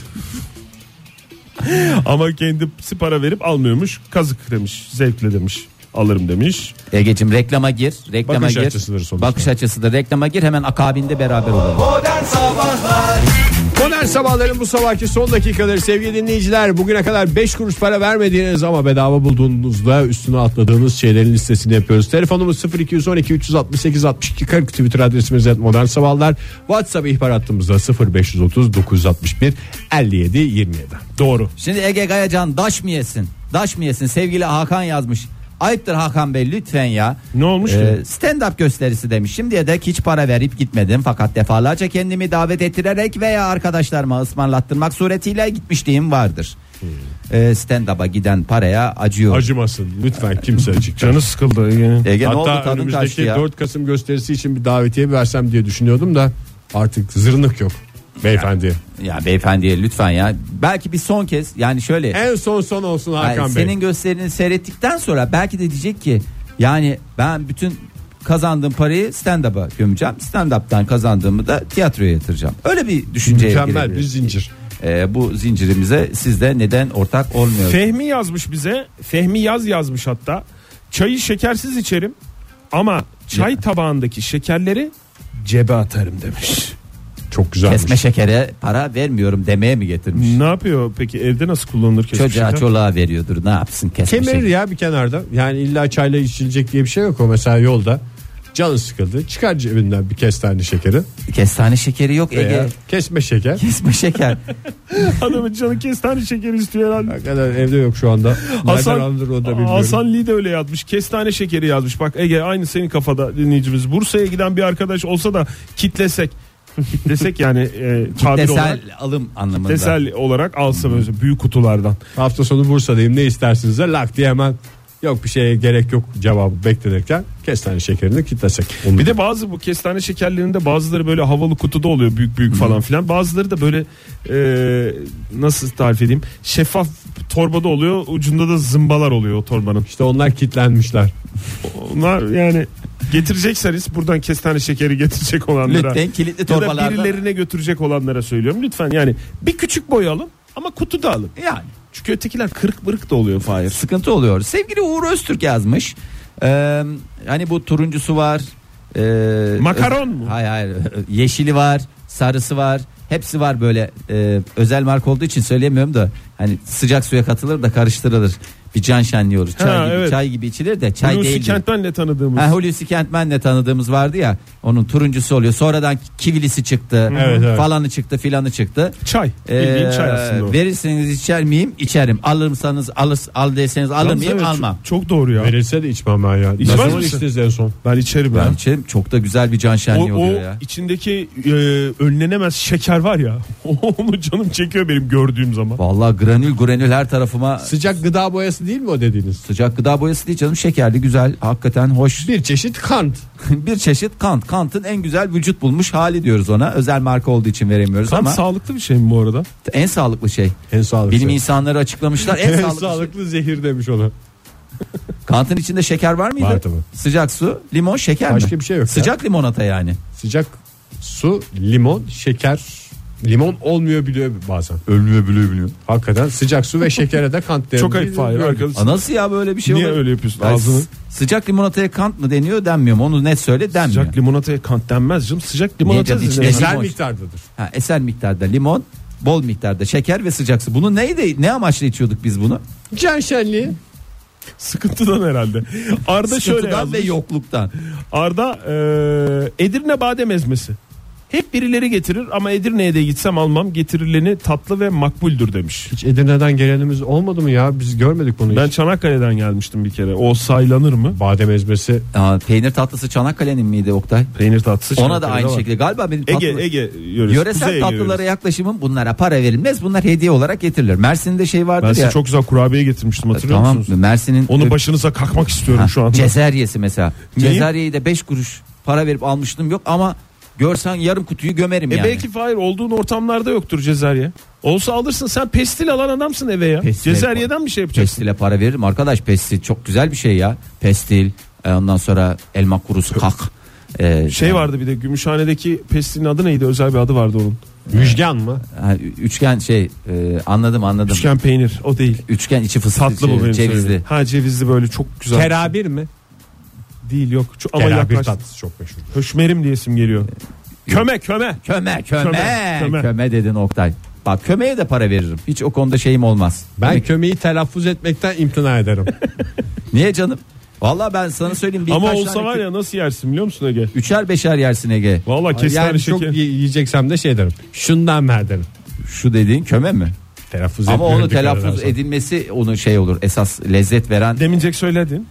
Ama kendisi para verip almıyormuş. Kazık demiş. Zevkle demiş. Alırım demiş. Ege'cim reklama gir. Reklama Bakış gir. açısıdır sonuçta. Bakış açısıdır. Reklama gir, hemen akabinde beraber olalım. Modern Sabahlar. Modern Sabahların bu sabahki son dakikaları sevgili dinleyiciler. Bugüne kadar beş kuruş para vermediğiniz ama bedava bulduğunuzda üstüne atladığınız şeylerin listesini yapıyoruz. Telefonumuz sıfır iki on iki üç altı sekiz altmış iki kırk, Twitter adresimiz et Modern Sabahlar. WhatsApp ihbar hattımızda sıfır beş otuz dokuz altmış bir elli yedi yirmi yedi. Doğru. Şimdi Ege Gayacan daş mı yesin? Daş mı yesin? Sevgili Hakan yazmış. Ayıptır Hakan Bey lütfen ya. Ne olmuş Ee, ki? stand-up gösterisi demiş. Şimdiye dek hiç para verip gitmedim. Fakat defalarca kendimi davet ettirerek veya arkadaşlarıma ısmarlattırmak suretiyle gitmişliğim vardır. Hmm. Ee, stand-up'a giden paraya acıyor. Acımasın lütfen, kimse acık. Canı sıkıldı. Ege. Ege ne oldu, Hatta tadın kaçtı önümüzdeki ya. dört Kasım gösterisi için bir davetiye versem diye düşünüyordum da artık zırnık yok beyefendi. Ya beyefendiye lütfen ya. Belki bir son kez, yani şöyle. En son son olsun Hakan Yani Bey. senin gösterini seyrettikten sonra belki de diyecek ki yani ben bütün kazandığım parayı stand-up'a gömeceğim. Stand-up'tan kazandığımı da tiyatroya yatıracağım. Öyle bir düşünceye Mükemmel girebilir. bir zincir. Ee, bu zincirimize siz de neden ortak olmuyorsunuz? Fehmi yazmış bize. Fehmi Yaz yazmış hatta. Çayı şekersiz içerim ama çay Ya. tabağındaki şekerleri cebe atarım demiş. Çok güzelmiş. Kesme şekere para vermiyorum demeye mi getirmiş? Ne yapıyor peki, evde nasıl kullanılır kesme Çocuğa şeker? çoluğa veriyordur, ne yapsın kesme Kemerir şeker. ya bir kenarda. Yani illa çayla içilecek diye bir şey yok. O mesela yolda canı sıkıldı, çıkar cebinden bir kestane şekeri Kestane şekeri yok veya Ege. kesme şeker. Kesme şeker. Adamın canı kestane şekeri istiyor herhalde. Hakikaten evde yok şu anda. Hasan, Nereden alınır onu da bilmiyorum. Hasan Lee de öyle yazmış. Kestane şekeri yazmış. Bak Ege, aynı senin kafada dinleyicimiz. Bursa'ya giden bir arkadaş olsa da kitlesek. Kitlesek yani e, tabir Kitlesel olarak. alım anlamında. Kitlesel olarak alsam özür büyük kutulardan. Hafta sonu Bursa'dayım, ne istersiniz de lak diye hemen yok bir şeye gerek yok cevabı beklenirken kestane şekerini kitlesek. Onu Bir de bazı bu kestane şekerlerinde bazıları böyle havalı kutuda oluyor, büyük büyük falan filan. Bazıları da böyle e, nasıl tarif edeyim, şeffaf torbada oluyor, ucunda da zımbalar oluyor o torbanın. işte onlar kitlenmişler. Onlar yani getirecekseniz buradan kestane şekeri getirecek olanlara Lütfen kilitli ya da torbalarda. birilerine götürecek olanlara söylüyorum. Lütfen yani bir küçük boy alın ama kutuda alın. Yani Çünkü ötekiler kırık bırık da oluyor Fahir. sıkıntı oluyor. Sevgili Uğur Öztürk yazmış. Ee, hani bu turuncusu var. Ee, Makaron öz- mu? Hayır hayır. Yeşili var, sarısı var. Hepsi var böyle. Ee, özel marka olduğu için söyleyemiyorum da hani sıcak suya katılır da karıştırılır. Bir can şenliği olur. Çay Ha, gibi evet. çay gibi içilir de çay Hulusi değil. Kentmen'le tanıdığımız. Ha, Hulusi Kentmen'le tanıdığımız vardı ya. Onun turuncusu oluyor. Sonradan kivilisi çıktı. Evet, evet. Falanı çıktı, filanı çıktı. Çay. Bildiğin çay aslında o. Verirseniz içer miyim? İçerim. Alırsanız alır, al deseniz alır Yalnız mıyım? evet, Almam. Çok, çok doğru ya. Verilse de içmem ben ya. İçmez Ne zaman misin? içtiniz en son? Ben içerim Ben ya. içerim. Çok da güzel bir can O, şenliği o oluyor ya. içindeki e, önlenemez şeker var ya. Onu canım çekiyor benim gördüğüm zaman. Vallahi granül granül her tarafıma. Sıcak gıda boyası boyası değil mi o dediğiniz? Sıcak gıda boyası değil canım, şekerli, güzel, hakikaten hoş. Bir çeşit kant. Bir çeşit kant. Kant'ın en güzel vücut bulmuş hali diyoruz ona. Özel marka olduğu için veremiyoruz Kant ama. sağlıklı bir şey mi bu arada? En sağlıklı şey. En sağlıklı. Bilim şey. insanları açıklamışlar. En, En sağlıklı, sağlıklı şey. zehir demiş ona. Kant'ın içinde şeker var mıydı? Var tabii. Sıcak su, limon, şeker Başka mi? bir şey yok. Sıcak limonata yani. Sıcak su, limon, şeker. Limon olmuyor biliyor bazen. Ölmüyor biliyor biliyor. Hakikaten sıcak su ve şekere de kant denir. Çok ayıp Fahir arkadaş. Aa, nasıl ya böyle bir şey Niye olur? öyle yapıyorsun Yani ağzını? s- Sıcak limonataya kant mı deniyor denmiyor mu? Onu net söyle, denmiyor. Sıcak limonataya kant denmez canım. Sıcak limonata canım, denir. içine- Eser Limon. miktardadır. Ha, eser miktarda limon, bol miktarda şeker ve sıcak su. Bunu neydi? Ne amaçla içiyorduk biz bunu? Can şenliği. Sıkıntıdan herhalde. Arda şöyle Sıkıntıdan yazmış. ve yokluktan. Arda e, Edirne badem ezmesi. Hep birileri getirir ama Edirne'ye de gitsem almam. Getirileni tatlı ve makbuldür demiş. Hiç Edirne'den gelenimiz olmadı mı ya? Biz görmedik bunu Ben hiç. Çanakkale'den gelmiştim bir kere. O saylanır mı? Badem ezmesi. Aa, peynir tatlısı Çanakkale'nin miydi Oktay? Peynir tatlısı. Ona da Çanakkale'de aynı var. şekilde galiba benim Ege tatlı... Ege yöresi. Yöresel Kuzey Ege tatlılara yöresi. yaklaşımım, bunlara para verilmez. Bunlar hediye olarak getirilir. Mersin'de şey vardır Ben ya. size çok güzel kurabiye getirmiştim, hatırlıyor Tamam, musunuz? Mersin'in Onu başınıza kakmak istiyorum Ha, şu anda. Cezeryesi mesela. Neyi? Cezeryeyi de beş kuruş para verip almıştım, yok ama görsen yarım kutuyu gömerim E yani. belki Fahir olduğun ortamlarda yoktur cezerye. Olsa alırsın, sen pestil alan adamsın eve ya. Pestil- Cezeryeden bir şey yapacaksın. Pestile para veririm arkadaş, pestil çok güzel bir şey ya. Pestil, e, ondan sonra elma kurusu kak. E, Şey vardı bir de Gümüşhane'deki pestilin adı neydi? Özel bir adı vardı onun. Müjgan mı? ha, üçgen şey e, anladım anladım. Üçgen peynir, o değil. Üçgen içi fıstık, Tatlı bu benim cevizli. söylediğim. Ha cevizli böyle çok güzel. Kerabir mi? Değil, yok. Çok, ama Kerabir yaklaş. tatlısı çok meşhur. Höşmerim diyesim geliyor. Köme köme. Köme, köme Köme, köme köme. dedin Oktay. Bak, kömeye de para veririm. Hiç o konuda şeyim olmaz. Ben Demek- kömeği telaffuz etmekten imtina ederim. Niye canım? Vallahi ben sana söyleyeyim. Ama birkaç olsa tane var kö- ya nasıl yersin biliyor musun Ege? Üçer beşer yersin Ege. Valla kestane Yani çok şeker. y- yiyeceksem de şey derim. Şundan ver derim. Şu dediğin köme mi? Telaffuz Ama etmiyorum onu dikkat telaffuz edersen. edilmesi onun şey olur. Esas lezzet veren. Demincek söyledin.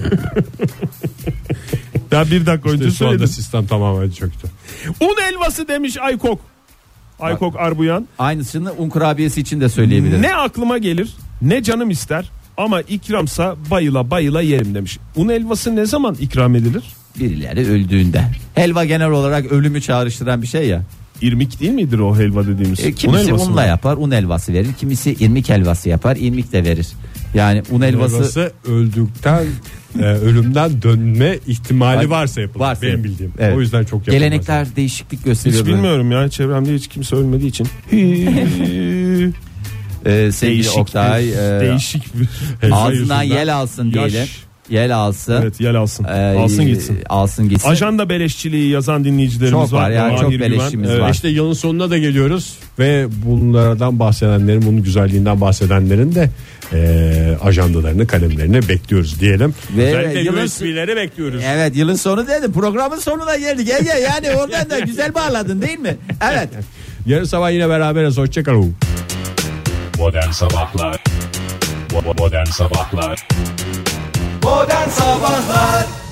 Daha bir dakika önce İşte şu anda söyledim. sistem tamamen çöktü. Un helvası demiş Aykok. Aykok Arbuyan. Aynısını un kurabiyesi için de söyleyebilirim. Ne aklıma gelir ne canım ister ama ikramsa bayıla bayıla yerim demiş. Un helvası ne zaman ikram edilir? Birileri öldüğünde. Helva genel olarak ölümü çağrıştıran bir şey ya. İrmik değil midir o helva dediğimiz? E, Un kimisi helvası unla mı? yapar, un helvası verir. Kimisi irmik helvası yapar, irmik de verir. Yani un helvası, Helvası öldükten e, ölümden dönme ihtimali Ay, varsa yapılır. varsa benim yap- bildiğim. Evet. O yüzden çok yapılmaz. gelenekler değişiklik gösteriyor. Hiç böyle. bilmiyorum ya, çevremde hiç kimse ölmediği için. Ee, sevgili Değişik Oktay, bir- e, değişik bir ağzından yüzünden yel alsın diyelim. yaş. Yel alsın. Evet, yel alsın. Ee, alsın gitsin. Alsın gitsin. Ajanda beleşçiliği yazan dinleyicilerimiz Çok var ya, Mahir çok Güven. beleşçimiz Evet. var. İşte yılın sonuna da geliyoruz ve bunlardan bahsedenlerin, bunun güzelliğinden bahsedenlerin de e, ajandalarını, kalemlerini bekliyoruz diyelim. Ve Özellikle yılın- U S B'leri bekliyoruz. Evet, yılın sonu dedim. Programın sonuna geldik. Ege, yani oradan da güzel bağladın değil mi? Evet. Yarın sabah yine beraberiz. Hoşçakalın. Modern Sabahlar Bo- Modern Sabahlar Modern Sabahlar